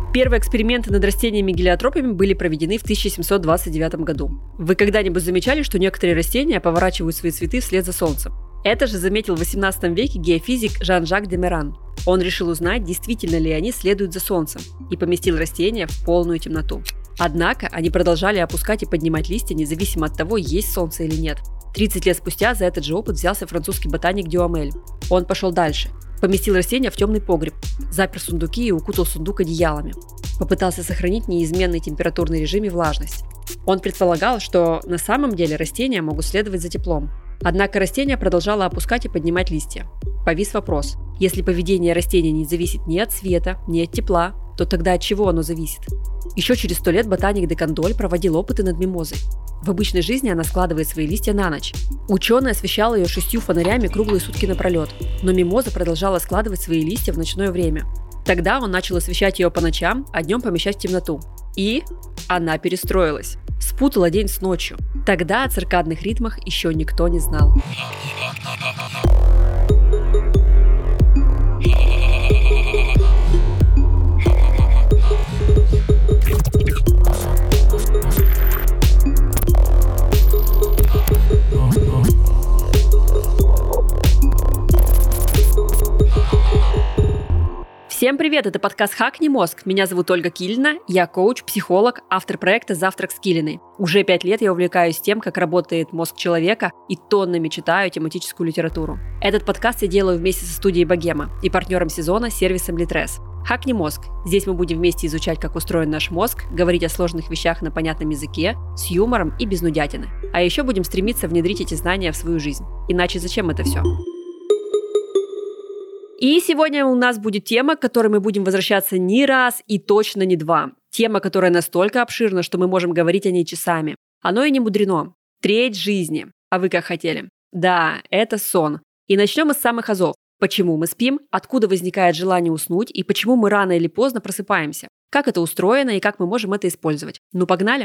Первые эксперименты над растениями-гелиотропами были проведены в 1729 году. Вы когда-нибудь замечали, что некоторые растения поворачивают свои цветы вслед за солнцем? Это же заметил в 18 веке геофизик Жан-Жак де Меран. Он решил узнать, действительно ли они следуют за солнцем, и поместил растения в полную темноту. Однако они продолжали опускать и поднимать листья, независимо от того, есть солнце или нет. 30 лет спустя за этот же опыт взялся французский ботаник Дюамель. Он пошел дальше. Поместил растения в темный погреб, запер сундуки и укутал сундук одеялами. Попытался сохранить неизменный температурный режим и влажность. Он предполагал, что на самом деле растения могут следовать за теплом. Однако растение продолжало опускать и поднимать листья. Повис вопрос: если поведение растения не зависит ни от света, ни от тепла, то тогда от чего оно зависит? Еще через 100 лет ботаник де Кандоль проводил опыты над мимозой. В обычной жизни она складывает свои листья на ночь. Ученый освещал ее 6 фонарями круглые сутки напролет, но мимоза продолжала складывать свои листья в ночное время. Тогда он начал освещать ее по ночам, а днем помещать в темноту. И она перестроилась. Спутала день с ночью. Тогда о циркадных ритмах еще никто не знал. Всем привет, это подкаст «Хакни мозг». Меня зовут Ольга Килина, я коуч, психолог, автор проекта «Завтрак с Килиной». Уже 5 лет я увлекаюсь тем, как работает мозг человека, и тоннами читаю тематическую литературу. Этот подкаст я делаю вместе со студией Богема и партнером сезона сервисом Litres. «Хакни мозг». Здесь мы будем вместе изучать, как устроен наш мозг, говорить о сложных вещах на понятном языке, с юмором и без нудятины. А еще будем стремиться внедрить эти знания в свою жизнь. Иначе зачем это все? И сегодня у нас будет тема, к которой мы будем возвращаться не раз и точно не два. Тема, которая настолько обширна, что мы можем говорить о ней часами. Оно и не мудрено. Треть жизни. А вы как хотели? Да, это сон. И начнем мы с самых азов. Почему мы спим, откуда возникает желание уснуть и почему мы рано или поздно просыпаемся. Как это устроено и как мы можем это использовать. Ну, погнали?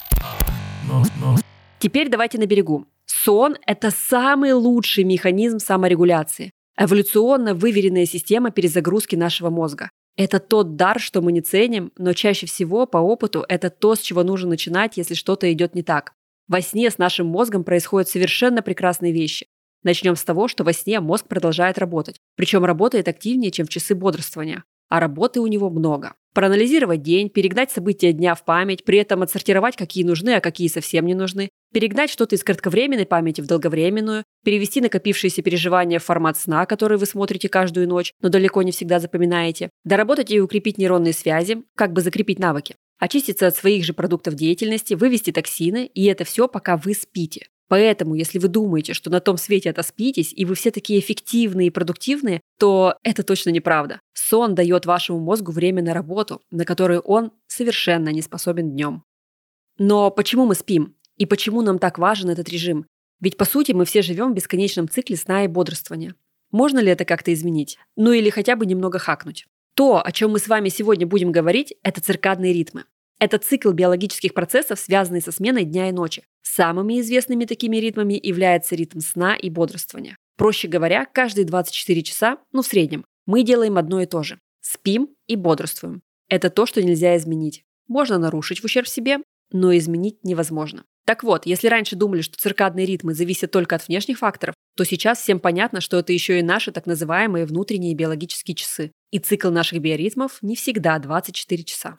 Теперь давайте на берегу. Сон – это самый лучший механизм саморегуляции. Эволюционно выверенная система перезагрузки нашего мозга. Это тот дар, что мы не ценим, но чаще всего по опыту это то, с чего нужно начинать, если что-то идет не так. Во сне с нашим мозгом происходят совершенно прекрасные вещи. Начнем с того, что во сне мозг продолжает работать. Причем работает активнее, чем в часы бодрствования. А работы у него много. Проанализировать день, перегнать события дня в память, при этом отсортировать, какие нужны, а какие совсем не нужны, перегнать что-то из кратковременной памяти в долговременную, перевести накопившиеся переживания в формат сна, который вы смотрите каждую ночь, но далеко не всегда запоминаете, доработать и укрепить нейронные связи, как бы закрепить навыки, очиститься от своих же продуктов деятельности, вывести токсины, и это все, пока вы спите. Поэтому, если вы думаете, что на том свете отоспитесь, и вы все такие эффективные и продуктивные, то это точно неправда. Сон дает вашему мозгу время на работу, на которую он совершенно не способен днем. Но почему мы спим? И почему нам так важен этот режим? Ведь, по сути, мы все живем в бесконечном цикле сна и бодрствования. Можно ли это как-то изменить? Ну или хотя бы немного хакнуть? То, о чем мы с вами сегодня будем говорить, это циркадные ритмы. Это цикл биологических процессов, связанный со сменой дня и ночи. Самыми известными такими ритмами является ритм сна и бодрствования. Проще говоря, каждые 24 часа, в среднем, мы делаем одно и то же. Спим и бодрствуем. Это то, что нельзя изменить. Можно нарушить в ущерб себе, но изменить невозможно. Так вот, если раньше думали, что циркадные ритмы зависят только от внешних факторов, то сейчас всем понятно, что это еще и наши так называемые внутренние биологические часы. И цикл наших биоритмов не всегда 24 часа.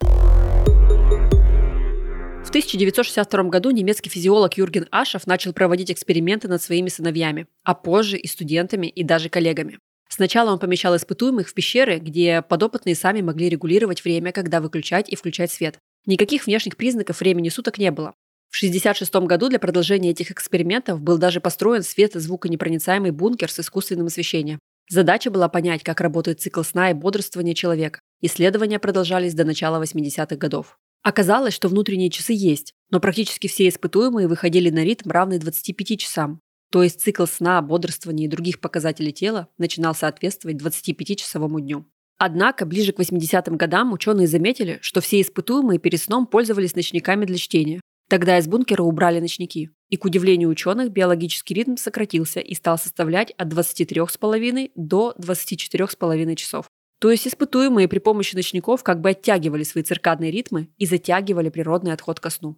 В 1962 году немецкий физиолог Юрген Ашов начал проводить эксперименты над своими сыновьями, а позже и студентами, и даже коллегами. Сначала он помещал испытуемых в пещеры, где подопытные сами могли регулировать время, когда выключать и включать свет. Никаких внешних признаков времени суток не было. В 1966 году для продолжения этих экспериментов был даже построен свето-звуконепроницаемый бункер с искусственным освещением. Задача была понять, как работает цикл сна и бодрствования человека. Исследования продолжались до начала 80-х годов. Оказалось, что внутренние часы есть, но практически все испытуемые выходили на ритм, равный 25 часам. То есть цикл сна, бодрствования и других показателей тела начинал соответствовать 25-часовому дню. Однако, ближе к 80-м годам ученые заметили, что все испытуемые перед сном пользовались ночниками для чтения. Тогда из бункера убрали ночники. И, к удивлению ученых, биологический ритм сократился и стал составлять от 23,5 до 24,5 часов. То есть испытуемые при помощи ночников как бы оттягивали свои циркадные ритмы и затягивали природный отход ко сну.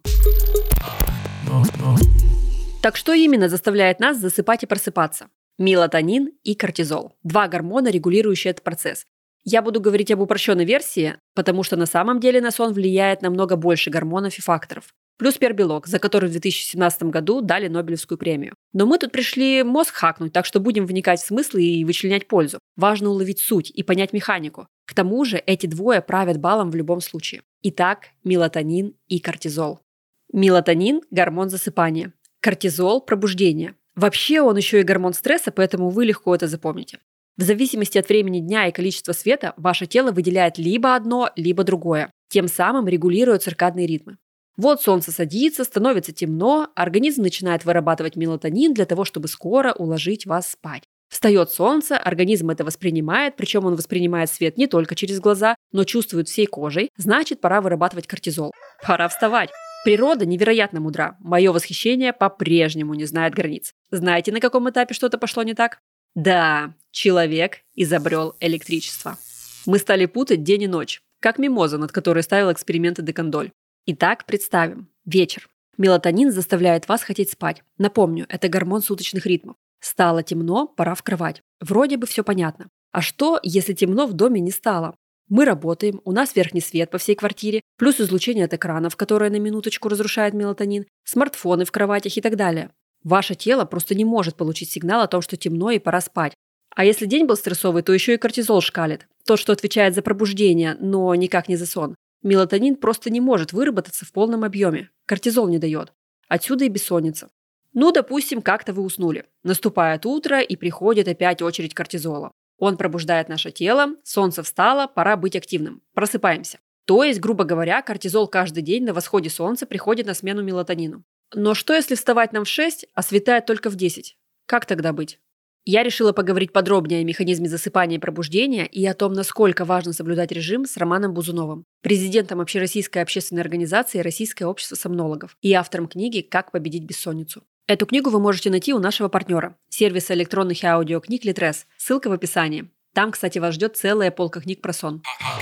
Так что именно заставляет нас засыпать и просыпаться? Мелатонин и кортизол. Два гормона, регулирующие этот процесс. Я буду говорить об упрощенной версии, потому что на самом деле на сон влияет намного больше гормонов и факторов. Плюс пербелок, за который в 2017 году дали Нобелевскую премию. Но мы тут пришли мозг хакнуть, так что будем вникать в смыслы и вычленять пользу. Важно уловить суть и понять механику. К тому же эти двое правят балом в любом случае. Итак, мелатонин и кортизол. Мелатонин – гормон засыпания. Кортизол – пробуждение. Вообще он еще и гормон стресса, поэтому вы легко это запомните. В зависимости от времени дня и количества света ваше тело выделяет либо одно, либо другое. Тем самым регулирует циркадные ритмы. Вот солнце садится, становится темно, организм начинает вырабатывать мелатонин для того, чтобы скоро уложить вас спать. Встает солнце, организм это воспринимает, причем он воспринимает свет не только через глаза, но чувствует всей кожей, значит, пора вырабатывать кортизол. Пора вставать. Природа невероятно мудра. Мое восхищение по-прежнему не знает границ. Знаете, на каком этапе что-то пошло не так? Да, человек изобрел электричество. Мы стали путать день и ночь, как мимоза, над которой ставил эксперименты де Канdolle. Итак, представим. Вечер. Мелатонин заставляет вас хотеть спать. Напомню, это гормон суточных ритмов. Стало темно, пора в кровать. Вроде бы все понятно. А что, если темно в доме не стало? Мы работаем, у нас верхний свет по всей квартире, плюс излучение от экранов, которое на минуточку разрушает мелатонин, смартфоны в кроватях и так далее. Ваше тело просто не может получить сигнал о том, что темно и пора спать. А если день был стрессовый, то еще и кортизол шкалит. Тот, что отвечает за пробуждение, но никак не за сон. Мелатонин просто не может выработаться в полном объеме. Кортизол не дает. Отсюда и бессонница. Ну, допустим, как-то вы уснули. Наступает утро и приходит опять очередь кортизола. Он пробуждает наше тело, солнце встало, пора быть активным. Просыпаемся. То есть, грубо говоря, кортизол каждый день на восходе солнца приходит на смену мелатонину. Но что если вставать нам в 6, а светает только в 10? Как тогда быть? Я решила поговорить подробнее о механизме засыпания и пробуждения и о том, насколько важно соблюдать режим с Романом Бузуновым, президентом Общероссийской общественной организации «Российское общество сомнологов» и автором книги «Как победить бессонницу». Эту книгу вы можете найти у нашего партнера, сервиса электронных и аудиокниг Литрес. Ссылка в описании. Там, кстати, вас ждет целая полка книг про сон.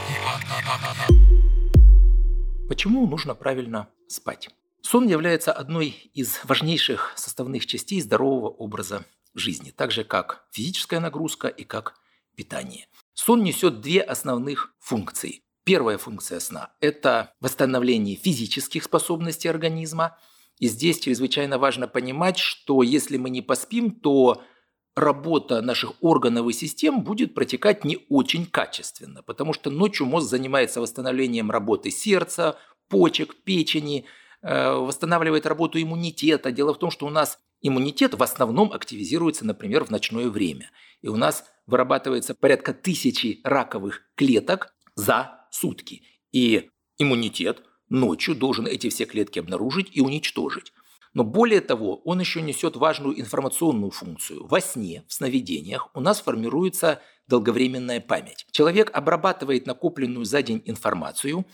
Почему нужно правильно спать? Сон является одной из важнейших составных частей здорового образа жизни, так же как физическая нагрузка и как питание. Сон несет две основных функции. Первая функция сна – это восстановление физических способностей организма. И здесь чрезвычайно важно понимать, что если мы не поспим, то работа наших органов и систем будет протекать не очень качественно, потому что ночью мозг занимается восстановлением работы сердца, почек, печени, восстанавливает работу иммунитета. Дело в том, что у нас иммунитет в основном активизируется, например, в ночное время. И у нас вырабатывается порядка 1000 раковых клеток за сутки. И иммунитет ночью должен эти все клетки обнаружить и уничтожить. Но более того, он еще несет важную информационную функцию. Во сне, в сновидениях у нас формируется долговременная память. Человек обрабатывает накопленную за день информацию,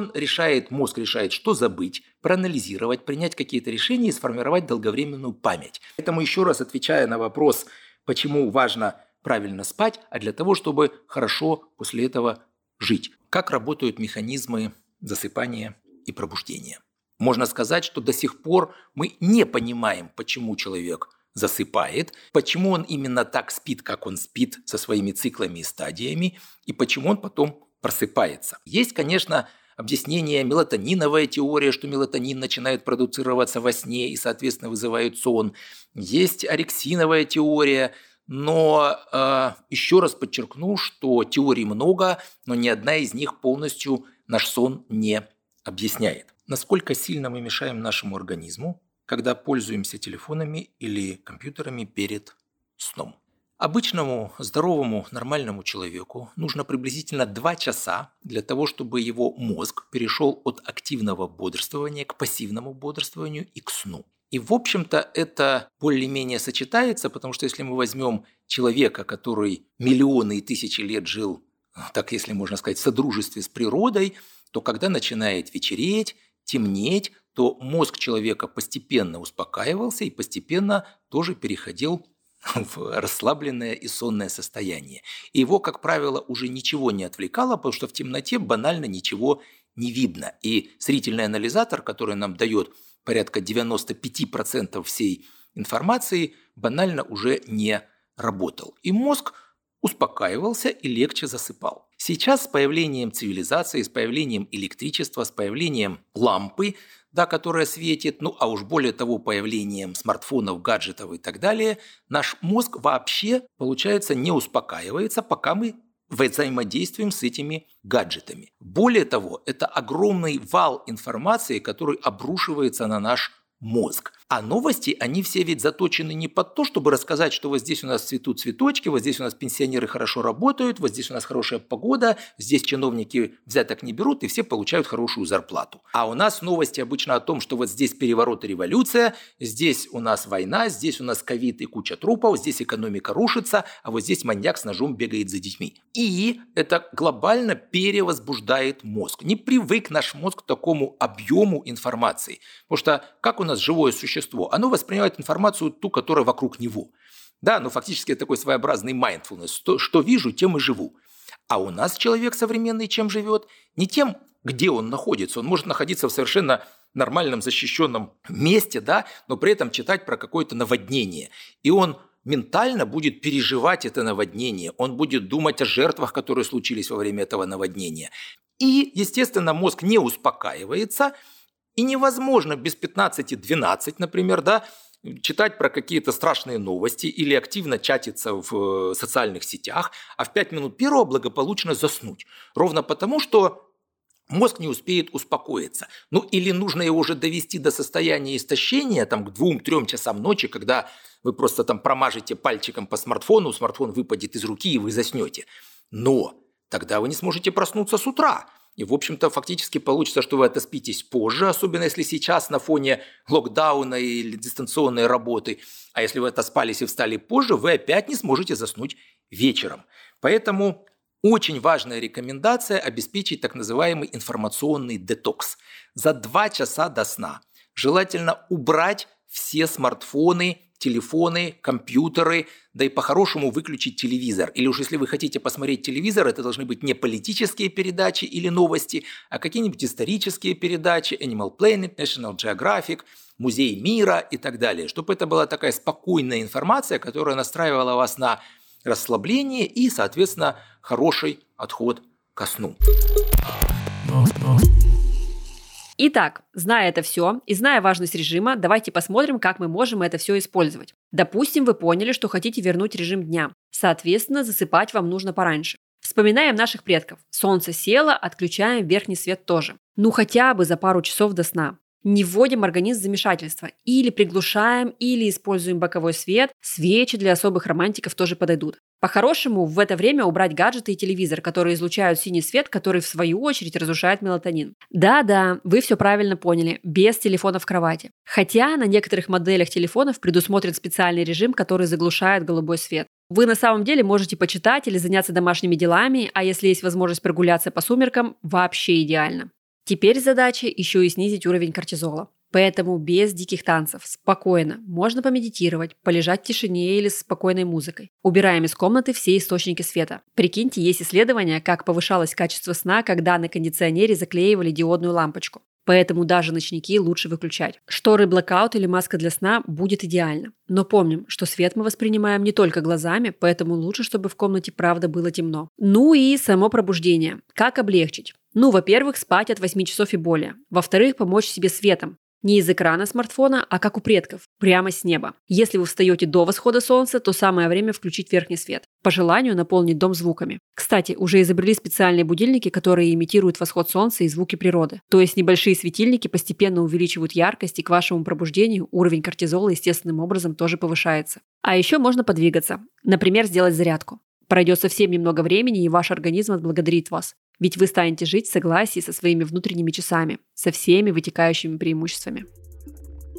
мозг решает, что забыть, проанализировать, принять какие-то решения и сформировать долговременную память. Поэтому еще раз отвечая на вопрос, почему важно правильно спать, а для того, чтобы хорошо после этого жить. Как работают механизмы засыпания и пробуждения? Можно сказать, что до сих пор мы не понимаем, почему человек засыпает, почему он именно так спит, как он спит, со своими циклами и стадиями, и почему он потом просыпается. Есть, конечно, объяснение, мелатониновая теория, что мелатонин начинает продуцироваться во сне и, соответственно, вызывает сон. Есть орексиновая теория, но еще раз подчеркну, что теорий много, но ни одна из них полностью наш сон не объясняет. Насколько сильно мы мешаем нашему организму, когда пользуемся телефонами или компьютерами перед сном. Обычному, здоровому, нормальному человеку нужно приблизительно 2 часа для того, чтобы его мозг перешел от активного бодрствования к пассивному бодрствованию и к сну. И, в общем-то, это более-менее сочетается, потому что если мы возьмем человека, который миллионы и тысячи лет жил, так если можно сказать, в содружестве с природой, то когда начинает вечереть, темнеть, то мозг человека постепенно успокаивался и постепенно тоже переходил в расслабленное и сонное состояние. И его, как правило, уже ничего не отвлекало, потому что в темноте банально ничего не видно. И зрительный анализатор, который нам дает порядка 95% всей информации, банально уже не работал. И мозг успокаивался и легче засыпал. Сейчас с появлением цивилизации, с появлением электричества, с появлением лампы, да, которая светит, а уж более того, появлением смартфонов, гаджетов и так далее, наш мозг вообще, получается, не успокаивается, пока мы взаимодействуем с этими гаджетами. Более того, это огромный вал информации, который обрушивается на наш мозг. А новости, они все ведь заточены не под то, чтобы рассказать, что вот здесь у нас цветут цветочки, вот здесь у нас пенсионеры хорошо работают, вот здесь у нас хорошая погода, здесь чиновники взяток не берут и все получают хорошую зарплату. А у нас новости обычно о том, что вот здесь переворот и революция, здесь у нас война, здесь у нас ковид и куча трупов, здесь экономика рушится, а вот здесь маньяк с ножом бегает за детьми. И это глобально перевозбуждает мозг. Не привык наш мозг к такому объему информации. Потому что как у нас живое существо, оно воспринимает информацию ту, которая вокруг него. Да, фактически это такой своеобразный mindfulness. Что вижу, тем и живу. А у нас человек современный чем живет? Не тем, где он находится. Он может находиться в совершенно нормальном защищенном месте, да, но при этом читать про какое-то наводнение. И он ментально будет переживать это наводнение. Он будет думать о жертвах, которые случились во время этого наводнения. И, естественно, мозг не успокаивается. И невозможно без 15-12, например, да, читать про какие-то страшные новости или активно чатиться в социальных сетях, а в 5 минут первого благополучно заснуть. Ровно потому, что мозг не успеет успокоиться. Или нужно его уже довести до состояния истощения, к 2-3 часам ночи, когда вы просто промажете пальчиком по смартфону, смартфон выпадет из руки и вы заснете. Но тогда вы не сможете проснуться с утра. И, в общем-то, фактически получится, что вы отоспитесь позже, особенно если сейчас на фоне локдауна или дистанционной работы. А если вы отоспались и встали позже, вы опять не сможете заснуть вечером. Поэтому очень важная рекомендация – обеспечить так называемый информационный детокс. За 2 часа до сна желательно убрать все смартфоны, телефоны, компьютеры, да и по-хорошему выключить телевизор. Или уж если вы хотите посмотреть телевизор, это должны быть не политические передачи или новости, а какие-нибудь исторические передачи, Animal Planet, National Geographic, Музей мира и так далее. Чтобы это была такая спокойная информация, которая настраивала вас на расслабление и, соответственно, хороший отход ко сну. Итак, зная это все и зная важность режима, давайте посмотрим, как мы можем это все использовать. Допустим, вы поняли, что хотите вернуть режим дня. Соответственно, засыпать вам нужно пораньше. Вспоминаем наших предков. Солнце село, отключаем верхний свет тоже. Хотя бы за пару часов до сна. Не вводим организм в замешательство. Или приглушаем, или используем боковой свет. Свечи для особых романтиков тоже подойдут. По-хорошему, в это время убрать гаджеты и телевизор, которые излучают синий свет, который в свою очередь разрушает мелатонин. Да-да, вы все правильно поняли, без телефона в кровати. Хотя на некоторых моделях телефонов предусмотрен специальный режим, который заглушает голубой свет. Вы на самом деле можете почитать или заняться домашними делами, а если есть возможность прогуляться по сумеркам, вообще идеально. Теперь задача еще и снизить уровень кортизола. Поэтому без диких танцев, спокойно, можно помедитировать, полежать в тишине или с спокойной музыкой. Убираем из комнаты все источники света. Прикиньте, есть исследования, как повышалось качество сна, когда на кондиционере заклеивали диодную лампочку. Поэтому даже ночники лучше выключать. Шторы блэкаут или маска для сна будет идеально. Но помним, что свет мы воспринимаем не только глазами, поэтому лучше, чтобы в комнате правда было темно. И само пробуждение. Как облегчить? Во-первых, спать от 8 часов и более. Во-вторых, помочь себе светом. Не из экрана смартфона, а как у предков, прямо с неба. Если вы встаете до восхода солнца, то самое время включить верхний свет. По желанию наполнить дом звуками. Кстати, уже изобрели специальные будильники, которые имитируют восход солнца и звуки природы. То есть небольшие светильники постепенно увеличивают яркость, и к вашему пробуждению уровень кортизола естественным образом тоже повышается. А еще можно подвигаться. Например, сделать зарядку. Пройдет совсем немного времени, и ваш организм отблагодарит вас. Ведь вы станете жить в согласии со своими внутренними часами, со всеми вытекающими преимуществами.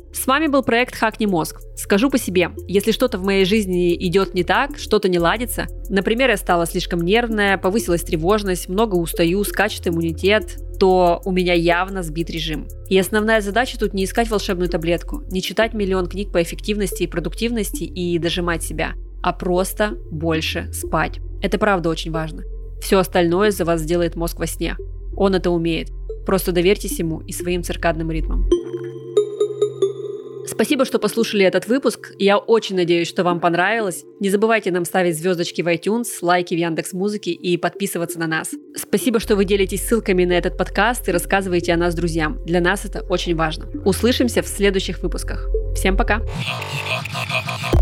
С вами был проект «Хакни мозг». Скажу по себе, если что-то в моей жизни идет не так, что-то не ладится, например, я стала слишком нервная, повысилась тревожность, много устаю, скачет иммунитет, то у меня явно сбит режим. И основная задача тут не искать волшебную таблетку, не читать миллион книг по эффективности и продуктивности и дожимать себя, а просто больше спать. Это правда очень важно. Все остальное за вас сделает мозг во сне. Он это умеет. Просто доверьтесь ему и своим циркадным ритмам. Спасибо, что послушали этот выпуск. Я очень надеюсь, что вам понравилось. Не забывайте нам ставить звездочки в iTunes, лайки в Яндекс.Музыке и подписываться на нас. Спасибо, что вы делитесь ссылками на этот подкаст и рассказываете о нас друзьям. Для нас это очень важно. Услышимся в следующих выпусках. Всем пока!